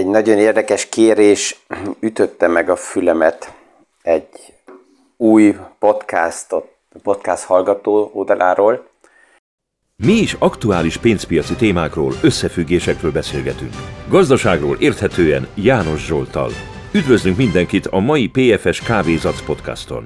Egy nagyon érdekes kérés ütötte meg a fülemet egy új podcast hallgató oldaláról. Mi is aktuális pénzpiaci témákról, összefüggésekről beszélgetünk. Gazdaságról érthetően János Zsolttal. Üdvözlünk mindenkit a mai PFS Kávézac podcaston.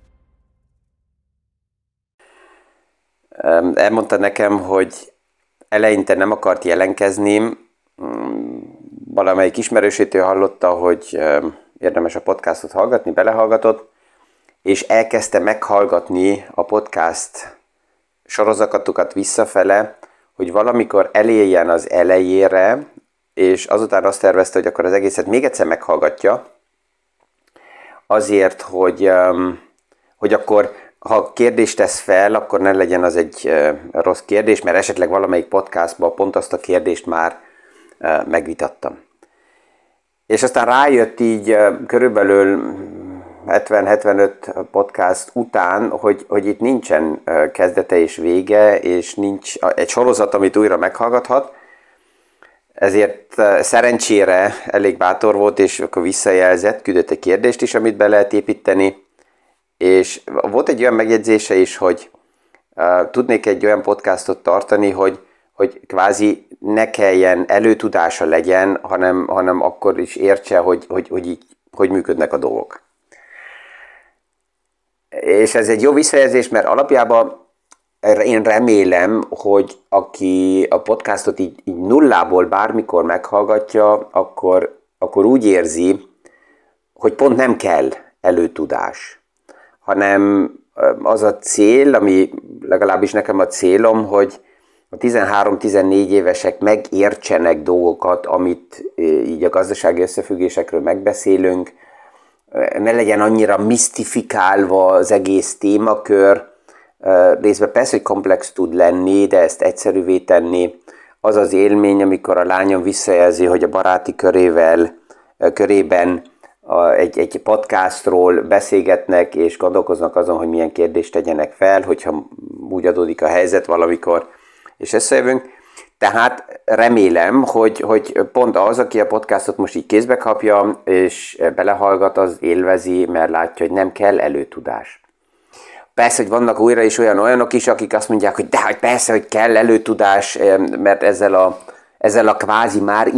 Elmondta nekem, hogy eleinte nem akart jelentkezni. Valamelyik ismerősétől hallotta, hogy érdemes a podcastot hallgatni, belehallgatott, és elkezdte meghallgatni a podcast sorozatokat visszafele, hogy valamikor elérjen az elejére, és azután azt tervezte, hogy akkor az egészet még egyszer meghallgatja, azért, hogy akkor ha kérdést tesz fel, akkor ne legyen az egy rossz kérdés, mert esetleg valamelyik podcastban pont azt a kérdést már megvitattam. És aztán rájött így körülbelül 70-75 podcast után, hogy itt nincsen kezdete és vége, és nincs egy sorozat, amit újra meghallgathat. Ezért szerencsére elég bátor volt, és akkor visszajelzett, küldött egy kérdést is, amit be lehet építeni. És volt egy olyan megjegyzése is, hogy tudnék egy olyan podcastot tartani, hogy kvázi ne kelljen előtudása legyen, hanem akkor is értse, hogy működnek a dolgok. És ez egy jó visszajelzés, mert alapjában én remélem, hogy aki a podcastot így nullából bármikor meghallgatja, akkor úgy érzi, hogy pont nem kell előtudás, hanem az a cél, ami legalábbis nekem a célom, hogy a 13-14 évesek megértsenek dolgokat, amit így a gazdasági összefüggésekről megbeszélünk, ne legyen annyira misztifikálva az egész témakör, részben persze, hogy komplex tud lenni, de ezt egyszerűvé tenni. Az az élmény, amikor a lányom visszajelzi, hogy a baráti körében egy podcastról beszélgetnek, és gondolkoznak azon, hogy milyen kérdést tegyenek fel, hogyha úgy adódik a helyzet valamikor, és összejövünk. Tehát remélem, hogy pont az, aki a podcastot most így kézbe kapja, és belehallgat, az élvezi, mert látja, hogy nem kell előtudás. Persze, hogy vannak újra is olyanok is, akik azt mondják, hogy de persze, hogy kell előtudás, mert ezzel a kvázi már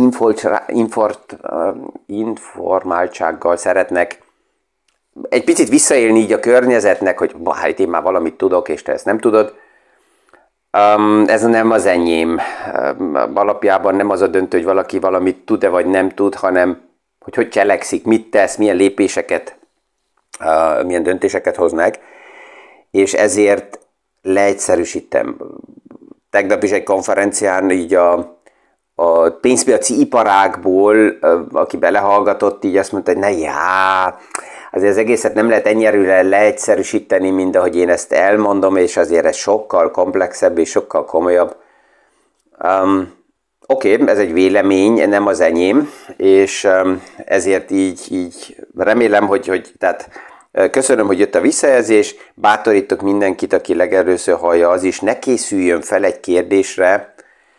informáltsággal szeretnek egy picit visszaélni így a környezetnek, hogy hát én már valamit tudok, és te ezt nem tudod. Ez nem az enyém. Alapjában nem az a döntő, hogy valaki valamit tud-e vagy nem tud, hanem hogy cselekszik, mit tesz, milyen lépéseket, milyen döntéseket hoz meg. És ezért leegyszerűsítem. Tegnap is egy konferencián így a pénzpiaci iparágból, aki belehallgatott, így azt mondta, hogy azért az egészet nem lehet ennyire leegyszerűsíteni, mint ahogy én ezt elmondom, és azért ez sokkal komplexebb és sokkal komolyabb. Oké, ez egy vélemény, nem az enyém, és ezért így remélem, tehát köszönöm, hogy jött a visszajelzés, bátorítok mindenkit, aki legelőször hallja, az is ne készüljön fel egy kérdésre,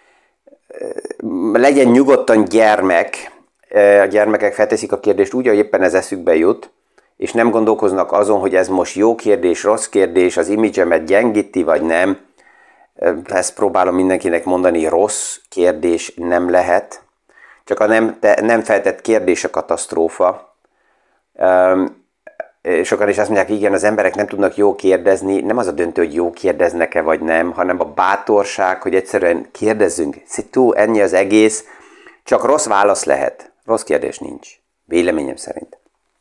legyen nyugodtan gyermek, a gyermekek felteszik a kérdést úgy, hogy éppen ez eszükbe jut, és nem gondolkoznak azon, hogy ez most jó kérdés, rossz kérdés, az imidzsemet gyengíti, vagy nem. Ezt próbálom mindenkinek mondani, rossz kérdés nem lehet, csak a nem feltett kérdés a katasztrófa. Sokan is azt mondják, igen, az emberek nem tudnak jól kérdezni, nem az a döntő, hogy jó kérdeznek-e vagy nem, hanem a bátorság, hogy egyszerűen kérdezzünk. Ennyi az egész, csak rossz válasz lehet, rossz kérdés nincs, véleményem szerint.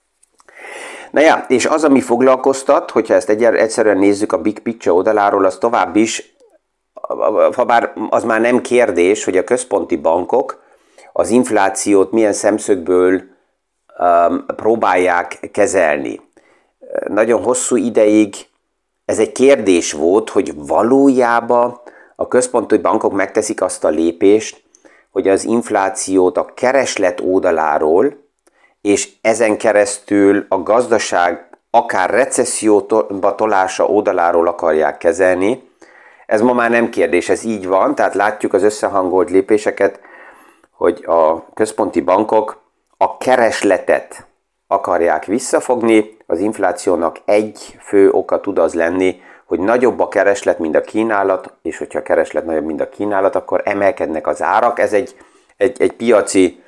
És az, ami foglalkoztat, hogyha ezt egyszerűen nézzük a Big Picture oldaláról, az tovább is, ha bár az már nem kérdés, hogy a központi bankok az inflációt milyen szemszögből próbálják kezelni. Nagyon hosszú ideig ez egy kérdés volt, hogy valójában a központi bankok megteszik azt a lépést, hogy az inflációt a kereslet oldaláról, és ezen keresztül a gazdaság akár recesszióba tolása oldaláról akarják kezelni. Ez ma már nem kérdés, ez így van, tehát látjuk az összehangolt lépéseket, hogy a központi bankok a keresletet akarják visszafogni. Az inflációnak egy fő oka tud az lenni, hogy nagyobb a kereslet, mint a kínálat, és hogyha a kereslet nagyobb, mint a kínálat, akkor emelkednek az árak. Ez egy piaci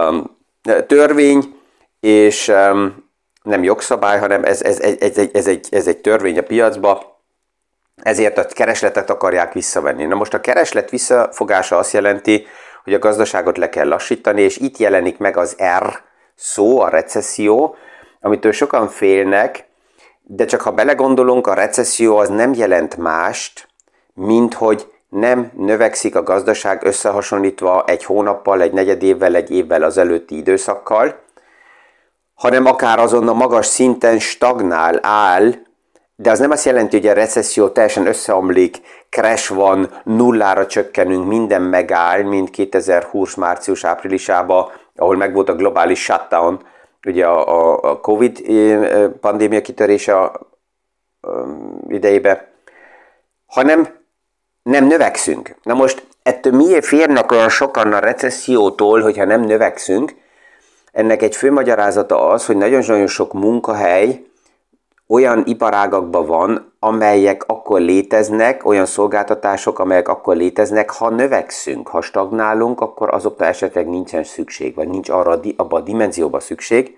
törvény, és nem jogszabály, hanem ez egy törvény a piacba, ezért a keresletet akarják visszavenni. Na most a kereslet visszafogása azt jelenti, hogy a gazdaságot le kell lassítani, és itt jelenik meg az R szó, a recesszió, amitől sokan félnek, de csak ha belegondolunk, a recesszió az nem jelent mást, mint hogy nem növekszik a gazdaság összehasonlítva egy hónappal, egy negyedévvel, egy évvel az előtti időszakkal, hanem akár azon a magas szinten stagnál, áll, de az nem azt jelenti, hogy a recesszió teljesen összeomlik, crash van, nullára csökkenünk, minden megáll, mint 2020 március-áprilisában, ahol megvolt a globális shutdown, ugye a Covid pandémia kitörése idejében, hanem nem növekszünk. Na most ettől miért férnek olyan sokan a recessziótól, hogyha nem növekszünk? Ennek egy fő magyarázata az, hogy nagyon-nagyon sok munkahely olyan iparágakban van, amelyek akkor léteznek, olyan szolgáltatások, amelyek akkor léteznek, ha növekszünk, ha stagnálunk, akkor azokra esetleg nincsen szükség, vagy nincs arra abban a dimenzióban szükség.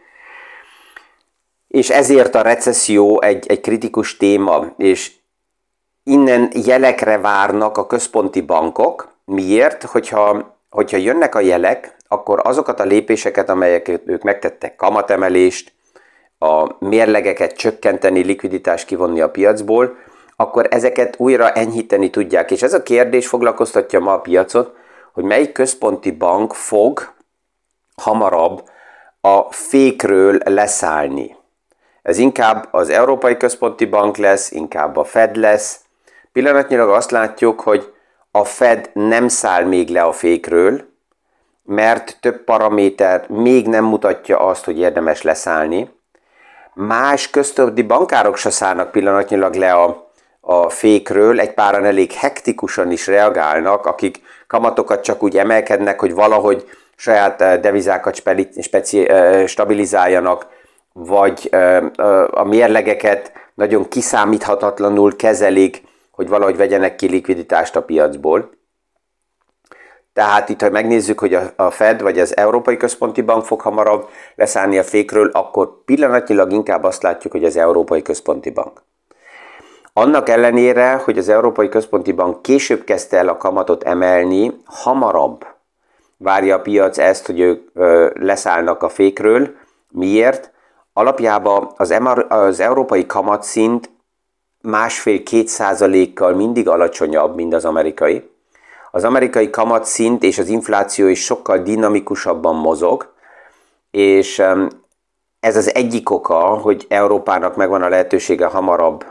És ezért a recesszió egy kritikus téma, és innen jelekre várnak a központi bankok. Miért? Hogyha jönnek a jelek, akkor azokat a lépéseket, amelyeket ők megtettek, kamatemelést, a mérlegeket csökkenteni, likviditást kivonni a piacból, akkor ezeket újra enyhíteni tudják. És ez a kérdés foglalkoztatja ma a piacot, hogy melyik központi bank fog hamarabb a fékről leszállni. Ez inkább az Európai Központi Bank lesz, inkább a Fed lesz. Pillanatnyilag azt látjuk, hogy a Fed nem száll még le a fékről, mert több paraméter még nem mutatja azt, hogy érdemes leszállni. Más központi bankárok se szállnak pillanatnyilag le a fékről, egy páran elég hektikusan is reagálnak, akik kamatokat csak úgy emelkednek, hogy valahogy saját devizákat stabilizáljanak, vagy a mérlegeket nagyon kiszámíthatatlanul kezelik, hogy valahogy vegyenek ki likviditást a piacból. Tehát itt, ha megnézzük, hogy a Fed vagy az Európai Központi Bank fog hamarabb leszállni a fékről, akkor pillanatnyilag inkább azt látjuk, hogy az Európai Központi Bank. Annak ellenére, hogy az Európai Központi Bank később kezdte el a kamatot emelni, hamarabb várja a piac ezt, hogy ők leszállnak a fékről. Miért? Alapjában az európai kamatszint 1,5-2%-kal mindig alacsonyabb, mint az amerikai. Az amerikai kamatszint és az infláció is sokkal dinamikusabban mozog, és ez az egyik oka, hogy Európának megvan a lehetősége hamarabb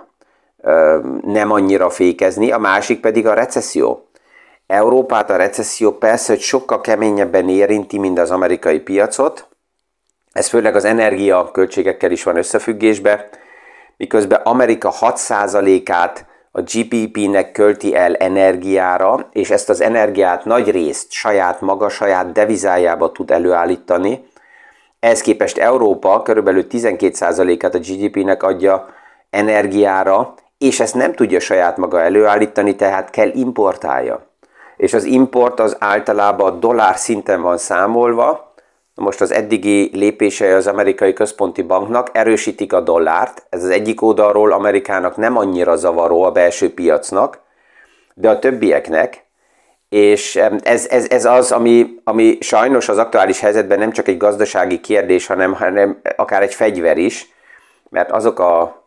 nem annyira fékezni, a másik pedig a recesszió. Európát a recesszió persze, hogy sokkal keményebben érinti, mint az amerikai piacot. Ez főleg az energiaköltségekkel is van összefüggésben, miközben Amerika 6%-át a GDP-nek költi el energiára, és ezt az energiát nagy részt saját devizájába tud előállítani. Ehhez képest Európa körülbelül 12%-át a GDP-nek adja energiára, és ezt nem tudja saját maga előállítani, tehát kell importálja. És az import az általában dollár szinten van számolva. Most az eddigi lépései az Amerikai Központi Banknak erősítik a dollárt. Ez az egyik oldalról Amerikának nem annyira zavaró a belső piacnak, de a többieknek. És ez az, ami sajnos az aktuális helyzetben nem csak egy gazdasági kérdés, hanem akár egy fegyver is, mert azok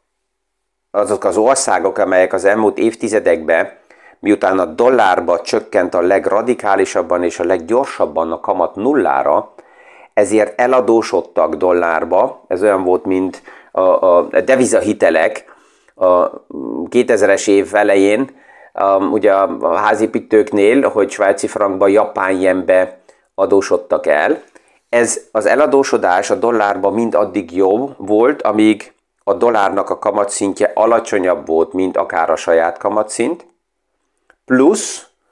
az országok, amelyek az elmúlt évtizedekben, miután a dollárba csökkent a legradikálisabban és a leggyorsabban a kamat nullára, ezért eladósodtak dollárba. Ez olyan volt, mint a devizahitelek a 2000-es év elején, ugye a házépítőknél, hogy svájci frankba, japán jenbe adósodtak el. Ez az eladósodás a dollárban mind addig jó volt, amíg a dollárnak a kamatszintje alacsonyabb volt, mint akár a saját kamatszint, plusz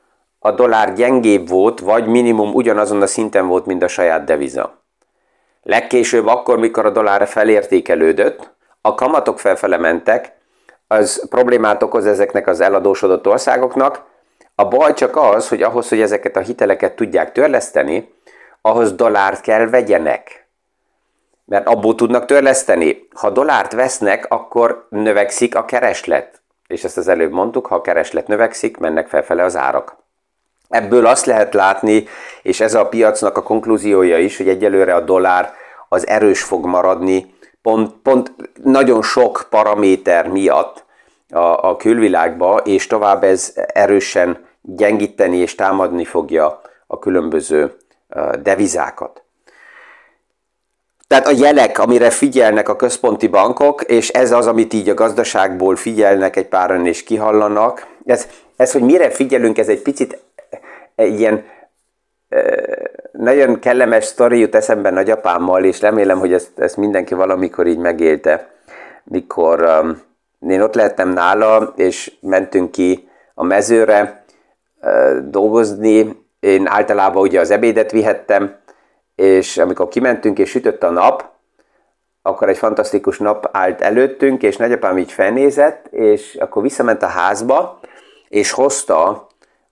a dollár gyengébb volt, vagy minimum ugyanazon a szinten volt, mint a saját deviza. Legkésőbb akkor, mikor a dollár felértékelődött, a kamatok felfele mentek, az problémát okoz ezeknek az eladósodott országoknak. A baj csak az, hogy ahhoz, hogy ezeket a hiteleket tudják törleszteni, ahhoz dollárt kell vegyenek. Mert abból tudnak törleszteni. Ha dollárt vesznek, akkor növekszik a kereslet. És ezt az előbb mondtuk, ha a kereslet növekszik, mennek felfele az árak. Ebből azt lehet látni, és ez a piacnak a konklúziója is, hogy egyelőre a dollár az erős fog maradni, pont nagyon sok paraméter miatt a külvilágba, és tovább ez erősen gyengíteni és támadni fogja a különböző devizákat. Tehát a jelek, amire figyelnek a központi bankok, és ez az, amit így a gazdaságból figyelnek egy páran és kihallanak. Ez, hogy mire figyelünk, ez egy picit ilyen nagyon kellemes sztori jut eszembe nagyapámmal, és remélem, hogy ezt mindenki valamikor így megélte. Mikor én ott lehettem nála, és mentünk ki a mezőre dolgozni, én általában ugye az ebédet vihettem, és amikor kimentünk és sütött a nap, akkor egy fantasztikus nap állt előttünk, és nagyapám így felnézett, és akkor visszament a házba, és hozta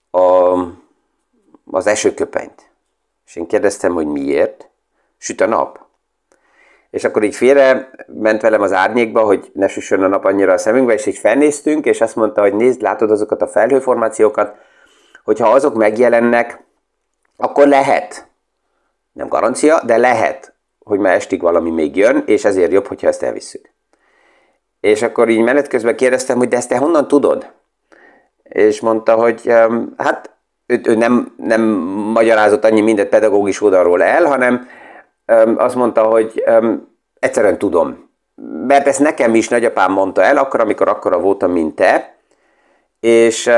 az esőköpenyt. És én kérdeztem, hogy miért? Süt a nap. És akkor így félre ment velem az árnyékba, hogy ne süssön a nap annyira a szemünkbe, és így felnéztünk, és azt mondta, hogy nézd, látod azokat a felhőformációkat, hogyha azok megjelennek, akkor lehet. Nem garancia, de lehet, hogy már estig valami még jön, és ezért jobb, hogyha ezt elvisszük. És akkor így menet közben kérdeztem, hogy de ezt te honnan tudod? És mondta, hogy hát ő nem magyarázott annyi mindent pedagógus oldalról el, hanem azt mondta, hogy egyszerűen tudom. Mert ezt nekem is nagyapám mondta el, akkor, amikor akkora voltam, mint te, és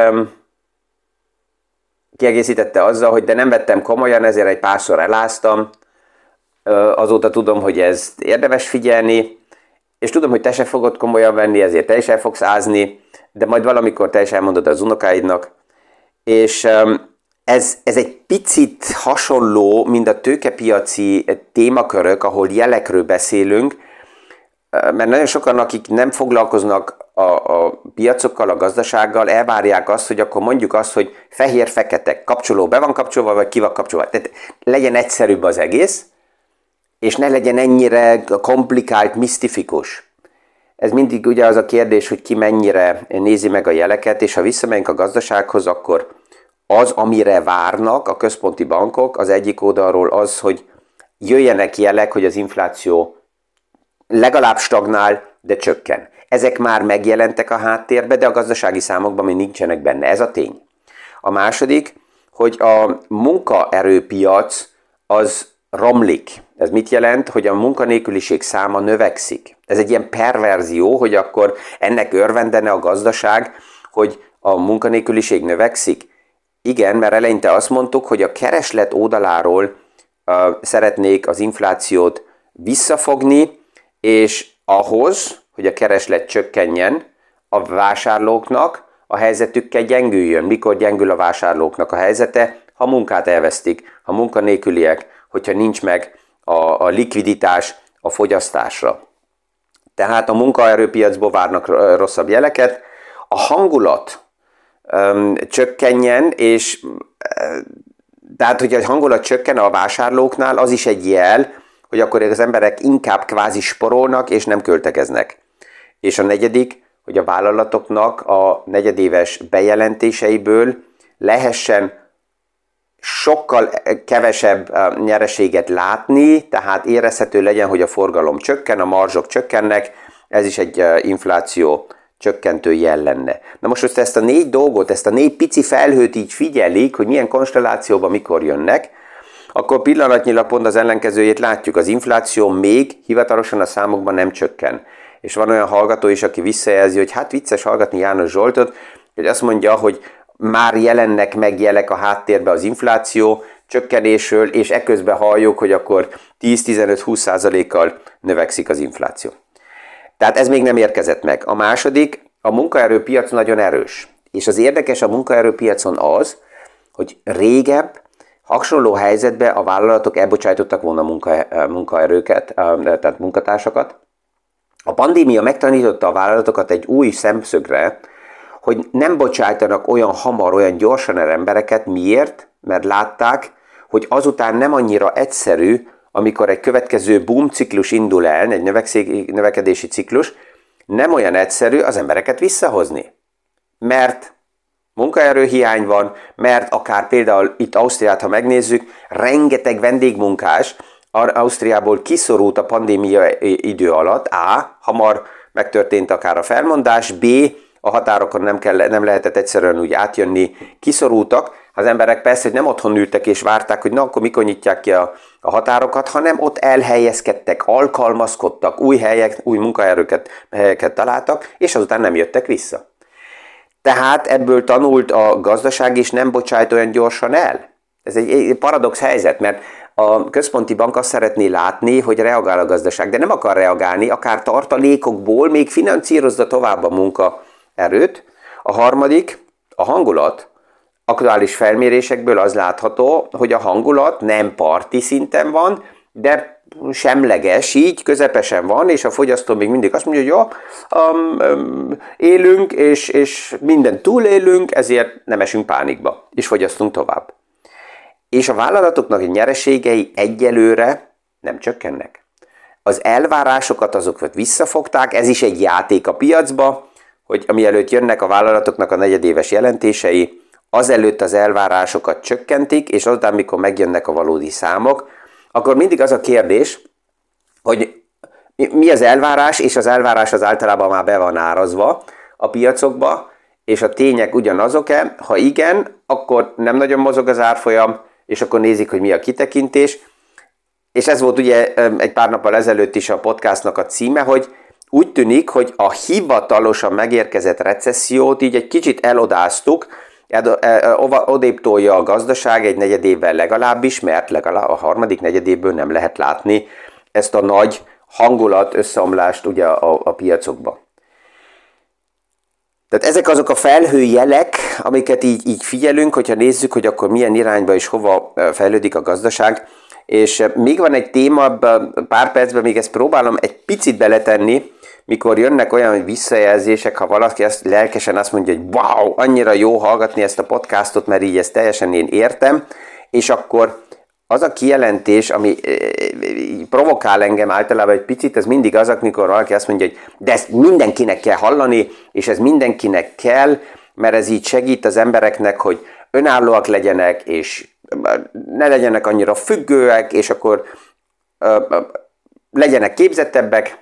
kiegészítette azzal, hogy de nem vettem komolyan, ezért egy párszor eláztam, azóta tudom, hogy ezt érdemes figyelni, és tudom, hogy te se fogod komolyan venni, ezért te is el fogsz ázni, de majd valamikor te is elmondod az unokáidnak. És ez egy picit hasonló, mint a tőkepiaci témakörök, ahol jelekről beszélünk, mert nagyon sokan, akik nem foglalkoznak a piacokkal, a gazdasággal, elvárják azt, hogy akkor mondjuk azt, hogy fehér-fekete, kapcsoló be van kapcsolva, vagy ki van kapcsolva. Tehát legyen egyszerűbb az egész, és ne legyen ennyire komplikált, misztifikus. Ez mindig ugye az a kérdés, hogy ki mennyire nézi meg a jeleket, és ha visszamegyünk a gazdasághoz, akkor az, amire várnak a központi bankok, az egyik oldalról az, hogy jöjjenek jelek, hogy az infláció legalább stagnál, de csökken. Ezek már megjelentek a háttérbe, de a gazdasági számokban még nincsenek benne. Ez a tény. A második, hogy a munkaerőpiac az romlik. Ez mit jelent? Hogy a munkanélküliség száma növekszik. Ez egy ilyen perverzió, hogy akkor ennek örvendene a gazdaság, hogy a munkanélküliség növekszik. Igen, mert eleinte azt mondtuk, hogy a kereslet oldaláról szeretnék az inflációt visszafogni, és ahhoz, hogy a kereslet csökkenjen, a vásárlóknak a helyzetükkel gyengüljön. Mikor gyengül a vásárlóknak a helyzete? Ha munkát elvesztik, ha munkanélküliek, hogyha nincs meg a likviditás a fogyasztásra. Tehát a munkaerőpiacból várnak rosszabb jeleket. A hangulat csökkenjen, és tehát, hogy a hangulat csökken a vásárlóknál, az is egy jel, hogy akkor az emberek inkább kvázi sporolnak, és nem költekeznek. És a negyedik, hogy a vállalatoknak a negyedéves bejelentéseiből lehessen sokkal kevesebb nyereséget látni, tehát érezhető legyen, hogy a forgalom csökken, a marzsok csökkennek, ez is egy infláció csökkentő jel lenne. Na most ezt a 4 dolgot, ezt a 4 pici felhőt így figyelik, hogy milyen konstellációban mikor jönnek, akkor pillanatnyilag pont az ellenkezőjét látjuk. Az infláció még hivatalosan a számokban nem csökken. És van olyan hallgató is, aki visszajelzi, hogy hát vicces hallgatni János Zsoltot, hogy azt mondja, hogy már jelennek meg jelek a háttérbe az infláció csökkenésről, és eközben halljuk, hogy akkor 10-15-20%-kal növekszik az infláció. Tehát ez még nem érkezett meg. A második, a munkaerőpiac nagyon erős. És az érdekes a munkaerőpiacon az, hogy régebb hasonló helyzetben a vállalatok elbocsájtottak volna munkaerőket, tehát munkatársakat. A pandémia megtanította a vállalatokat egy új szemszögre, hogy nem bocsájtanak olyan hamar, olyan gyorsan el embereket. Miért? Mert látták, hogy azután nem annyira egyszerű, amikor egy következő boom ciklus indul el, egy növekedési ciklus, nem olyan egyszerű az embereket visszahozni. Mert munkaerőhiány van, mert akár például itt Ausztriát, ha megnézzük, rengeteg vendégmunkás Ausztriából kiszorult a pandémia idő alatt. A. Hamar megtörtént akár a felmondás, B. A határokon nem lehetett egyszerűen úgy átjönni, kiszorultak. Az emberek persze, hogy nem otthon ültek és várták, hogy na, akkor mikor nyitják ki a határokat, hanem ott elhelyezkedtek, alkalmazkodtak, új munkahelyeket találtak, és azután nem jöttek vissza. Tehát ebből tanult a gazdaság is, nem bocsájt olyan gyorsan el. Ez egy paradox helyzet, mert a központi bank azt szeretné látni, hogy reagál a gazdaság, de nem akar reagálni, akár tartalékokból még finanszírozza tovább a munkaerőt. A harmadik, a hangulat. Aktuális felmérésekből az látható, hogy a hangulat nem parti szinten van, de semleges, így közepesen van, és a fogyasztó még mindig azt mondja, hogy élünk, és mindent túlélünk, ezért nem esünk pánikba, és fogyasztunk tovább. És a vállalatoknak a nyereségei egyelőre nem csökkennek. Az elvárásokat azokat visszafogták, ez is egy játék a piacba, hogy mielőtt jönnek a vállalatoknak a negyedéves jelentései, azelőtt az elvárásokat csökkentik, és azután, mikor megjönnek a valódi számok, akkor mindig az a kérdés, hogy mi az elvárás, és az elvárás az általában már be van árazva a piacokba, és a tények ugyanazok-e. Ha igen, akkor nem nagyon mozog az árfolyam, és akkor nézik, hogy mi a kitekintés. És ez volt ugye egy pár nappal ezelőtt is a podcastnak a címe, hogy úgy tűnik, hogy a hivatalosan megérkezett recessziót így egy kicsit elodáztuk, odébb tolja a gazdaság egy negyedévvel legalábbis, mert legalább a harmadik negyedévből nem lehet látni ezt a nagy hangulat összeomlást ugye a piacokba. Tehát ezek azok a felhőjelek, amiket így figyelünk, hogyha nézzük, hogy akkor milyen irányba és hova fejlődik a gazdaság. És még van egy téma, pár percben még ezt próbálom egy picit beletenni, mikor jönnek olyan visszajelzések, ha valaki lelkesen azt mondja, hogy wow, annyira jó hallgatni ezt a podcastot, mert így ezt teljesen én értem, és akkor az a kijelentés, ami provokál engem általában egy picit, ez mindig az, amikor valaki azt mondja, hogy de ezt mindenkinek kell hallani, és ez mindenkinek kell, mert ez így segít az embereknek, hogy önállóak legyenek, és ne legyenek annyira függőek, és akkor legyenek képzettebbek.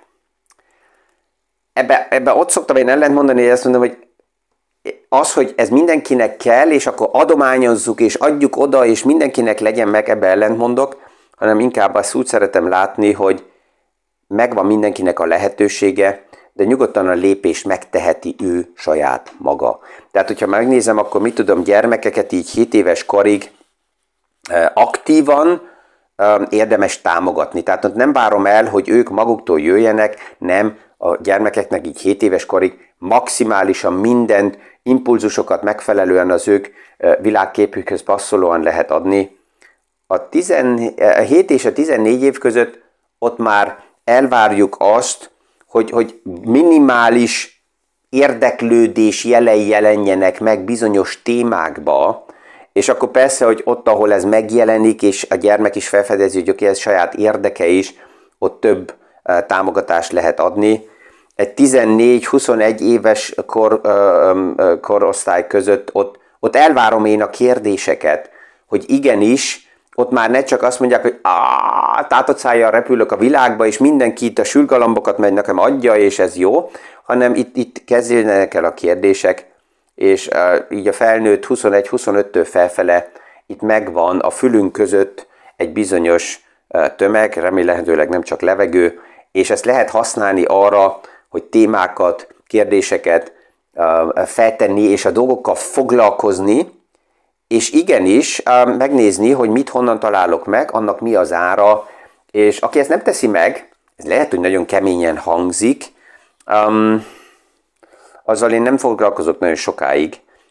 Ebbe ott szoktam én ellentmondani, hogy azt mondom, hogy az, hogy ez mindenkinek kell, és akkor adományozzuk, és adjuk oda, és mindenkinek legyen meg, ebbe ellentmondok, hanem inkább azt úgy szeretem látni, hogy megvan mindenkinek a lehetősége, de nyugodtan a lépést megteheti ő saját maga. Tehát, hogyha megnézem, akkor mit tudom, gyermekeket így 7 éves korig aktívan érdemes támogatni. Tehát ott nem várom el, hogy ők maguktól jöjjenek, nem, a gyermekeknek így 7 éves korig maximálisan mindent, impulzusokat megfelelően az ők világképükhöz passzolóan lehet adni. A 7 és a 14 év között ott már elvárjuk azt, hogy minimális érdeklődés jelei jelenjenek meg bizonyos témákba, és akkor persze, hogy ott, ahol ez megjelenik, és a gyermek is felfedezi, hogy ez saját érdeke is, ott több támogatást lehet adni. Egy 14-21 éves korosztály között ott elvárom én a kérdéseket, hogy igenis, ott már ne csak azt mondják, hogy tátott repülök a világba, és mindenki itt a sülgalambokat megy nekem adja, és ez jó, hanem itt kezdjenek el a kérdések, és így a felnőtt 21-25-től felfele itt megvan a fülünk között egy bizonyos tömeg, remélhetőleg nem csak levegő, és ezt lehet használni arra, hogy témákat, kérdéseket feltenni, és a dolgokkal foglalkozni, és igenis megnézni, hogy mit honnan találok meg, annak mi az ára, és aki ezt nem teszi meg, ez lehet, hogy nagyon keményen hangzik, azzal én nem foglalkozok nagyon sokáig,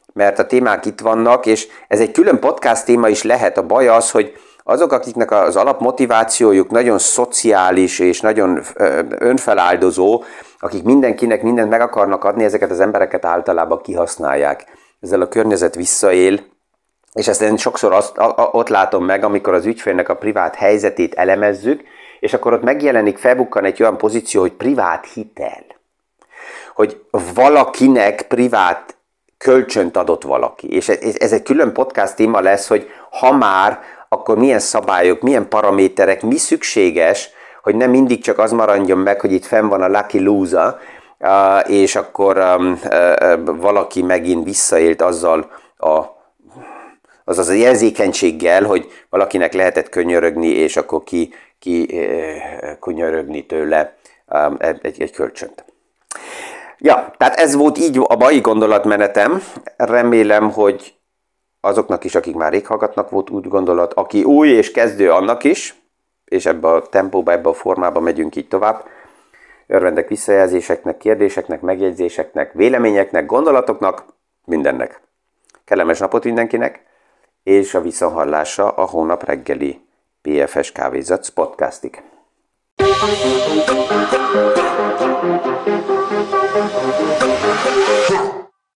mert a témák itt vannak, és ez egy külön podcast téma is lehet. A baj az, hogy azok, akiknek az alapmotivációjuk nagyon szociális és nagyon önfeláldozó, akik mindenkinek mindent meg akarnak adni, ezeket az embereket általában kihasználják. Ezzel a környezet visszaél, és ezt én sokszor ott látom meg, amikor az ügyfélnek a privát helyzetét elemezzük, és akkor ott megjelenik, felbukkan egy olyan pozíció, hogy privát hitel. Hogy valakinek privát kölcsönt adott valaki. És ez egy külön podcast téma lesz, hogy ha már, akkor milyen szabályok, milyen paraméterek, mi szükséges, hogy nem mindig csak az maradjon meg, hogy itt fenn van a lucky loser, és akkor valaki megint visszaélt azzal azaz a érzékenységgel, hogy valakinek lehetett könyörögni, és akkor könyörögni tőle egy kölcsönt. Ja, tehát ez volt így a mai gondolatmenetem. Remélem, hogy azoknak is, akik már rég hallgatnak, volt úgy gondolat, aki új és kezdő, annak is, és ebbe a tempóba, ebbe a formába megyünk így tovább. Örvendek visszajelzéseknek, kérdéseknek, megjegyzéseknek, véleményeknek, gondolatoknak, mindennek. Kellemes napot mindenkinek, és a visszahallásra a hónap reggeli PFS Kávézac podcastig.